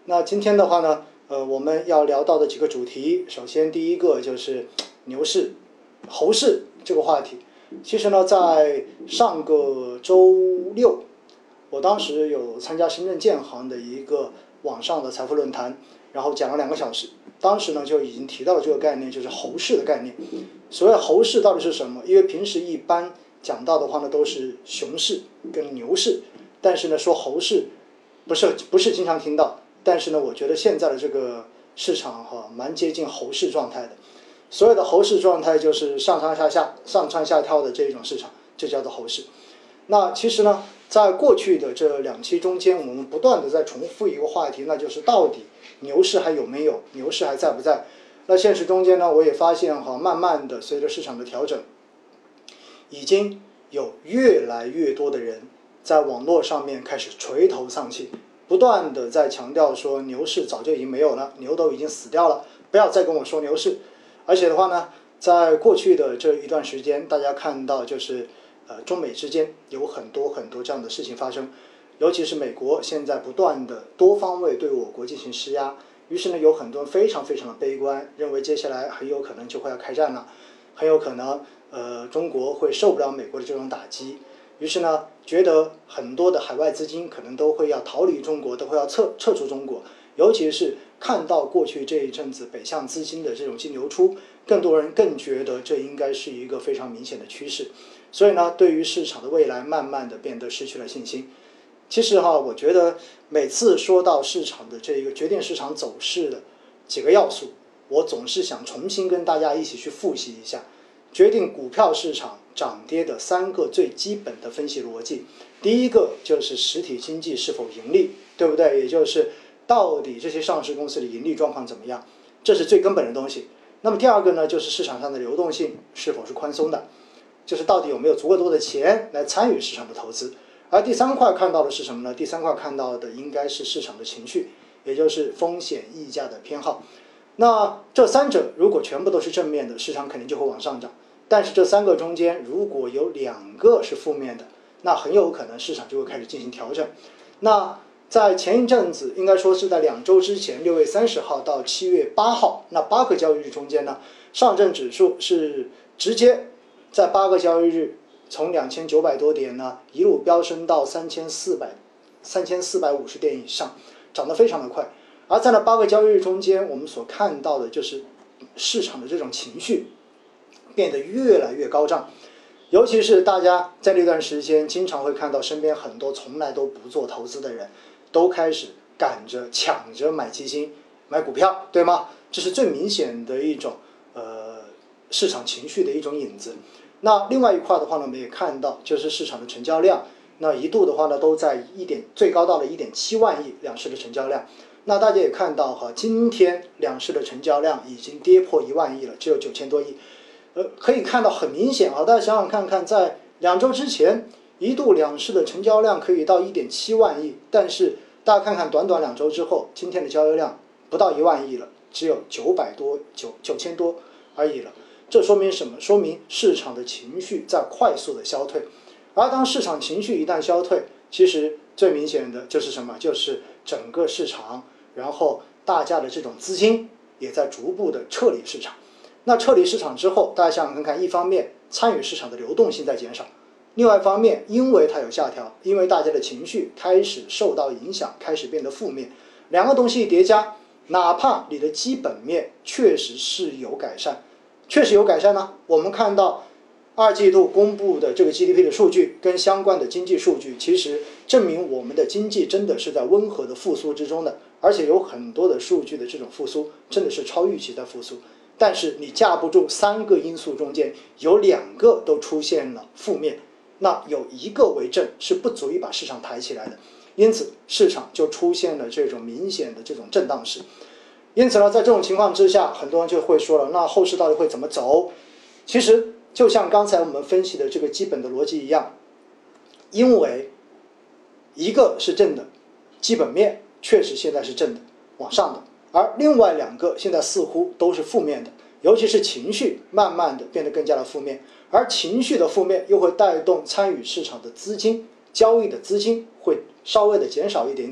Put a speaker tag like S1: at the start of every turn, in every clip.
S1: 那今天的话呢，我们要聊到的几个主题，首先第一个就是牛市、猴市这个话题。其实呢，在上个周六，我当时有参加深圳建行的一个网上的财富论坛，然后讲了2个小时。当时呢就已经提到了这个概念，就是猴市的概念。所谓猴市到底是什么？因为平时一般讲到的话呢都是熊市跟牛市，但是呢说猴市不是经常听到，但是呢我觉得现在的这个市场蛮接近猴市状态的。所谓的猴市状态就是上上下下、上蹿下跳的这一种市场，就叫做猴市。那其实呢，在过去的这2期中间，我们不断的在重复一个话题，那就是到底牛市还有没有，牛市还在不在？那现实中间呢，我也发现慢慢的随着市场的调整，已经有越来越多的人在网络上面开始垂头丧气，不断的在强调说牛市早就已经没有了，牛都已经死掉了，不要再跟我说牛市。而且的话呢，在过去的这一段时间，大家看到就是中美之间有很多这样的事情发生，尤其是美国现在不断的多方位对我国进行施压，于是呢有很多人非常的悲观，认为接下来很有可能就会要开战了，很有可能中国会受不了美国的这种打击，于是呢觉得很多的海外资金可能都会要逃离中国，都会要撤出中国，尤其是看到过去这一阵子北向资金的这种净流出，更多人更觉得这应该是一个非常明显的趋势，所以呢对于市场的未来慢慢的变得失去了信心。其实我觉得每次说到市场的这个决定市场走势的几个要素，我总是想重新跟大家一起去复习一下决定股票市场涨跌的3个最基本的分析逻辑。第一个就是实体经济是否盈利，对不对？也就是到底这些上市公司的盈利状况怎么样，这是最根本的东西。那么第二个呢，就是市场上的流动性是否是宽松的，就是到底有没有足够多的钱来参与市场的投资。而第3块看到的是什么呢？第3块看到的应该是市场的情绪，也就是风险溢价的偏好。那这3者如果全部都是正面的，市场肯定就会往上涨，但是这3个中间如果有2个是负面的，那很有可能市场就会开始进行调整。那在前一阵子，应该说是在2周之前，6月30号到7月8号，那8个交易日中间呢，上证指数是直接在8个交易日从2900多点呢一路飙升到3450点以上，涨得非常的快。而在那8个交易日中间，我们所看到的就是市场的这种情绪变得越来越高涨，尤其是大家在那段时间经常会看到身边很多从来都不做投资的人都开始赶着抢着买基金买股票，对吗？这是最明显的一种市场情绪的一种影子。那另外一块的话呢，我们也看到就是市场的成交量，那一度的话呢都在最高到了1.7万亿两市的成交量。那大家也看到今天两市的成交量已经跌破1万亿了，只有9000多亿。可以看到很明显大家想想看看，在2周之前一度两市的成交量可以到1.7万亿，但是大家看看短2周之后，今天的交易量不到1万亿了，只有9000多而已了。这说明什么？说明市场的情绪在快速的消退。而当市场情绪一旦消退，其实最明显的就是什么？就是整个市场，然后大家的这种资金也在逐步的撤离市场。那撤离市场之后，大家想想看看，一方面参与市场的流动性在减少，另外一方面因为它有下调，因为大家的情绪开始受到影响，开始变得负面，两个东西叠加，哪怕你的基本面确实是有改善，呢。我们看到2季度公布的这个 GDP 的数据跟相关的经济数据，其实证明我们的经济真的是在温和的复苏之中的，而且有很多的数据的这种复苏真的是超预期在复苏。但是你架不住3个因素中间有2个都出现了负面，那有1个为正是不足以把市场抬起来的，因此市场就出现了这种明显的这种震荡式。因此呢，在这种情况之下，很多人就会说了，那后市到底会怎么走？其实就像刚才我们分析的这个基本的逻辑一样，因为一个是正的，基本面确实现在是正的，往上的，而另外2个现在似乎都是负面的，尤其是情绪慢慢的变得更加的负面，而情绪的负面又会带动参与市场的资金，交易的资金会稍微的减少一点点，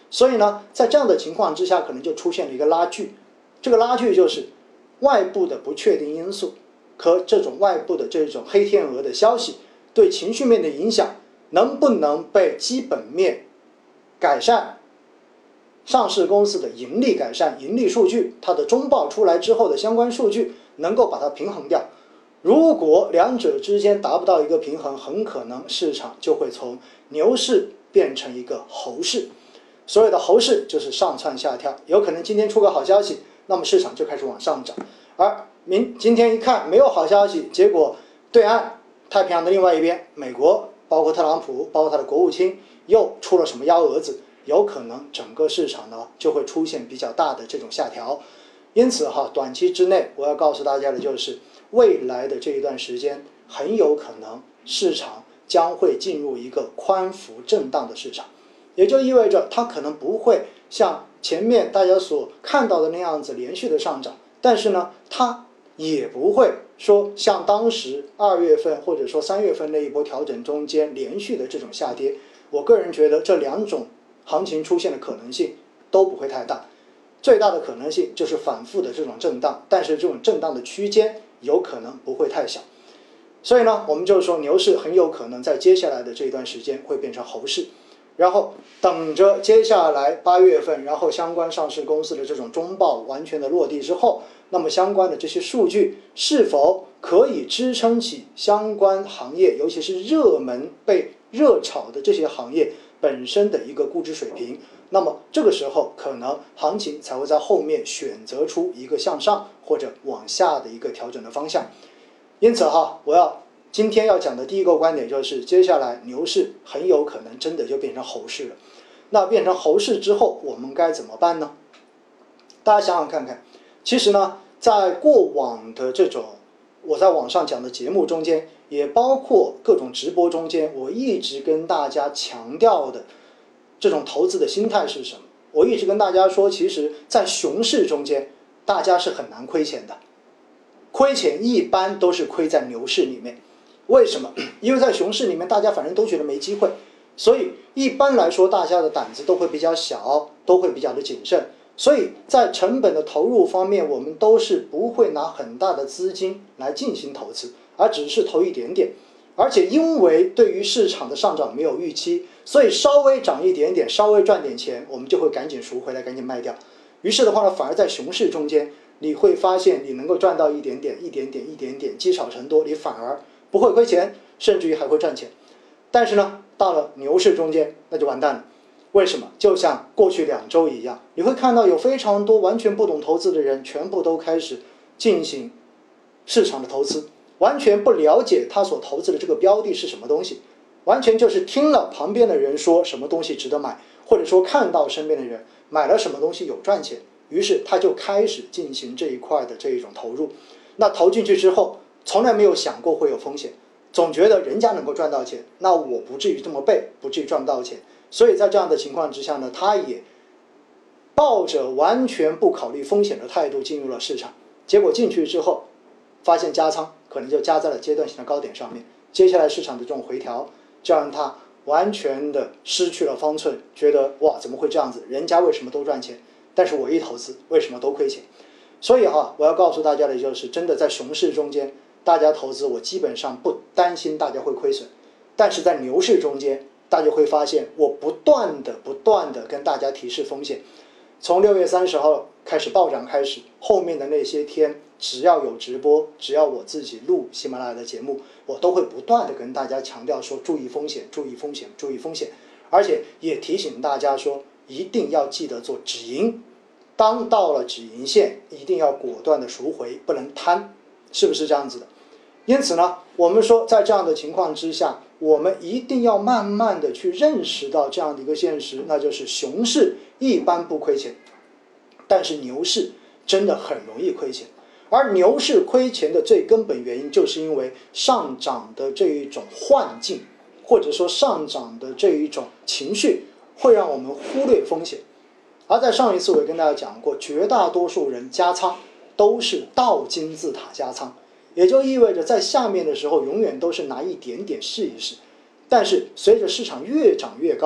S1: 所以呢，在这样的情况之下，可能就出现了一个拉锯。这个拉锯就是外部的不确定因素和这种外部的这种黑天鹅的消息对情绪面的影响，能不能被基本面改善，上市公司的盈利改善，盈利数据它的中报出来之后的相关数据能够把它平衡掉。如果两者之间达不到一个平衡，很可能市场就会从牛市变成一个猴市。所谓的猴市就是上蹿下跳，有可能今天出个好消息，那么市场就开始往上涨，而今天一看没有好消息，结果对岸太平洋的另外一边，美国包括特朗普，包括他的国务卿又出了什么幺蛾子，有可能整个市场呢就会出现比较大的这种下调。因此短期之内我要告诉大家的就是，未来的这一段时间很有可能市场将会进入一个宽幅震荡的市场，也就意味着它可能不会像前面大家所看到的那样子连续的上涨，但是呢，它也不会说像当时2月份或者说3月份那一波调整中间连续的这种下跌。我个人觉得这两种行情出现的可能性都不会太大，最大的可能性就是反复的这种震荡，但是这种震荡的区间有可能不会太小。所以呢，我们就是说牛市很有可能在接下来的这一段时间会变成猴市，然后等着接下来8月份，然后相关上市公司的这种中报完全的落地之后，那么相关的这些数据是否可以支撑起相关行业，尤其是热门被热炒的这些行业本身的一个估值水平，那么这个时候可能行情才会在后面选择出一个向上或者往下的一个调整的方向。因此我今天要讲的第一个观点就是，接下来牛市很有可能真的就变成猴市了。那变成猴市之后我们该怎么办呢？大家想想看看，其实呢，在过往的这种我在网上讲的节目中间，也包括各种直播中间，我一直跟大家强调的这种投资的心态是什么？我一直跟大家说，其实在熊市中间大家是很难亏钱的，亏钱一般都是亏在牛市里面。为什么？因为在熊市里面大家反正都觉得没机会，所以一般来说大家的胆子都会比较小，都会比较的谨慎，所以在成本的投入方面，我们都是不会拿很大的资金来进行投资，而只是投一点点。而且因为对于市场的上涨没有预期，所以稍微涨一点点，稍微赚点钱，我们就会赶紧赎回来，赶紧卖掉。于是的话呢，反而在熊市中间，你会发现你能够赚到一点点，积少成多，你反而不会亏钱，甚至于还会赚钱。但是呢，到了牛市中间，那就完蛋了。为什么？就像过去2周一样，你会看到有非常多完全不懂投资的人，全部都开始进行市场的投资，完全不了解他所投资的这个标的是什么东西，完全就是听了旁边的人说什么东西值得买，或者说看到身边的人买了什么东西有赚钱，于是他就开始进行这一块的这一种投入。那投进去之后，从来没有想过会有风险，总觉得人家能够赚到钱，那我不至于这么背，不至于赚不到钱。所以在这样的情况之下呢，他也抱着完全不考虑风险的态度进入了市场，结果进去之后发现加仓可能就加在了阶段性的高点上面，接下来市场的这种回调就让他完全的失去了方寸，觉得哇怎么会这样子，人家为什么都赚钱，但是我一投资为什么都亏钱。所以我要告诉大家的就是，真的在熊市中间大家投资，我基本上不担心大家会亏损，但是在牛市中间大家会发现我不断的跟大家提示风险。从6月30号开始暴涨开始，后面的那些天只要有直播，只要我自己录喜马拉雅的节目，我都会不断的跟大家强调说注意风险，注意风险，注意风险，而且也提醒大家说一定要记得做止盈，当到了止盈线一定要果断的赎回，不能贪，是不是这样子的？因此呢，我们说在这样的情况之下，我们一定要慢慢的去认识到这样的一个现实，那就是熊市一般不亏钱，但是牛市真的很容易亏钱。而牛市亏钱的最根本原因，就是因为上涨的这一种幻境，或者说上涨的这一种情绪，会让我们忽略风险。而在上一次我也跟大家讲过，绝大多数人加仓都是倒金字塔加仓，也就意味着在下面的时候永远都是拿一点点试一试，但是随着市场越涨越高，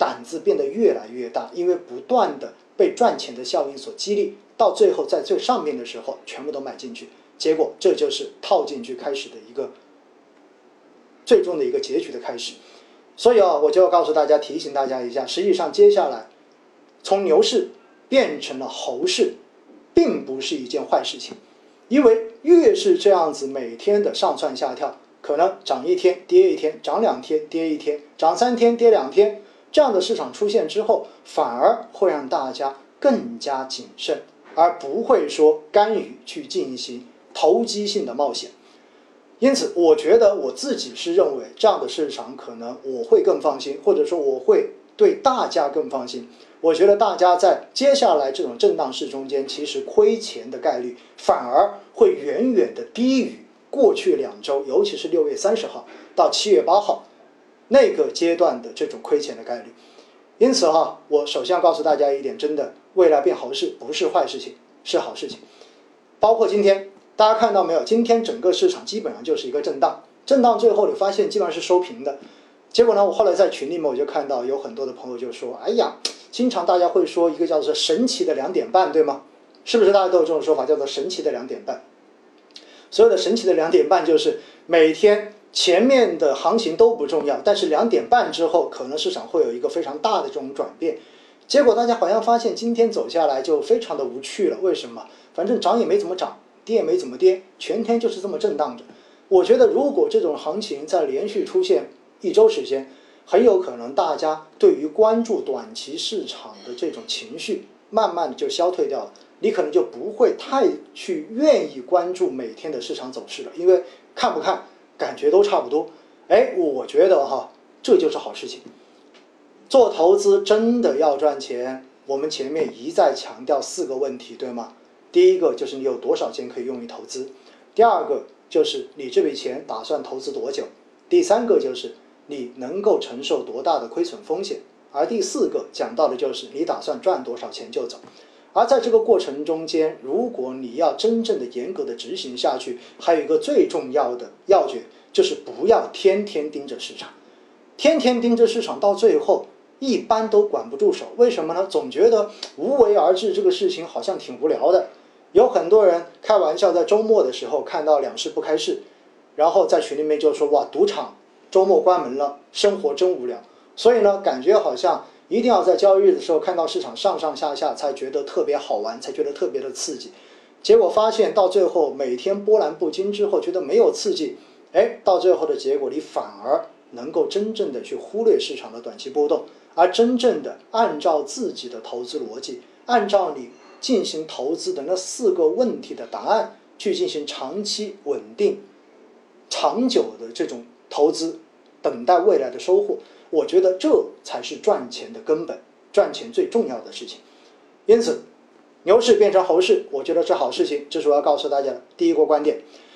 S1: 胆子变得越来越大，因为不断的被赚钱的效应所激励，到最后在最上面的时候全部都买进去，结果这就是套进去开始的一个最终的一个结局的开始。所以我就要告诉大家，提醒大家一下，实际上接下来从牛市变成了猴市，并不是一件坏事情，因为越是这样子每天的上蹿下跳，可能涨一天跌一天，涨2天跌一天，涨3天跌2天，这样的市场出现之后，反而会让大家更加谨慎，而不会说甘于去进行投机性的冒险。因此我觉得我自己是认为这样的市场可能我会更放心，或者说我会对大家更放心。我觉得大家在接下来这种震荡市中间，其实亏钱的概率反而会远远的低于过去2周，尤其是6月30号到7月8号那个阶段的这种亏钱的概率。因此我首先要告诉大家一点，真的未来变好事不是坏事情，是好事情。包括今天大家看到没有，今天整个市场基本上就是一个震荡，震荡最后你发现基本上是收平的。结果呢，我后来在群里面我就看到有很多的朋友就说，哎呀，经常大家会说一个叫做神奇的2点半，对吗？是不是大家都有这种说法，叫做神奇的2点半？所有的神奇的2点半就是每天前面的行情都不重要，但是2点半之后可能市场会有一个非常大的这种转变。结果大家好像发现今天走下来就非常的无趣了，为什么？反正涨也没怎么涨，跌也没怎么跌，全天就是这么震荡着。我觉得如果这种行情在连续出现1周时间，很有可能大家对于关注短期市场的这种情绪慢慢的就消退掉了，你可能就不会太去愿意关注每天的市场走势了，因为看不看感觉都差不多。我觉得这就是好事情。做投资真的要赚钱，我们前面一再强调4个问题，对吗？第一个就是你有多少钱可以用于投资，第二个就是你这笔钱打算投资多久，第三个就是你能够承受多大的亏损风险，而第4个讲到的就是你打算赚多少钱就走。而在这个过程中间，如果你要真正的严格的执行下去，还有一个最重要的要诀，就是不要天天盯着市场。天天盯着市场到最后一般都管不住手，为什么呢？总觉得无为而治这个事情好像挺无聊的。有很多人开玩笑，在周末的时候看到2市不开市，然后在群里面就说，哇，赌场周末关门了，生活真无聊。所以呢，感觉好像一定要在交易日的时候看到市场上上下下才觉得特别好玩，才觉得特别的刺激。结果发现到最后每天波澜不惊之后，觉得没有刺激，到最后的结果你反而能够真正的去忽略市场的短期波动，而真正的按照自己的投资逻辑，按照你进行投资的那4个问题的答案去进行长期稳定长久的这种投资，等待未来的收获。我觉得这才是赚钱的根本，赚钱最重要的事情。因此牛市变成猴市，我觉得是好事情，这是我要告诉大家的第一个观点。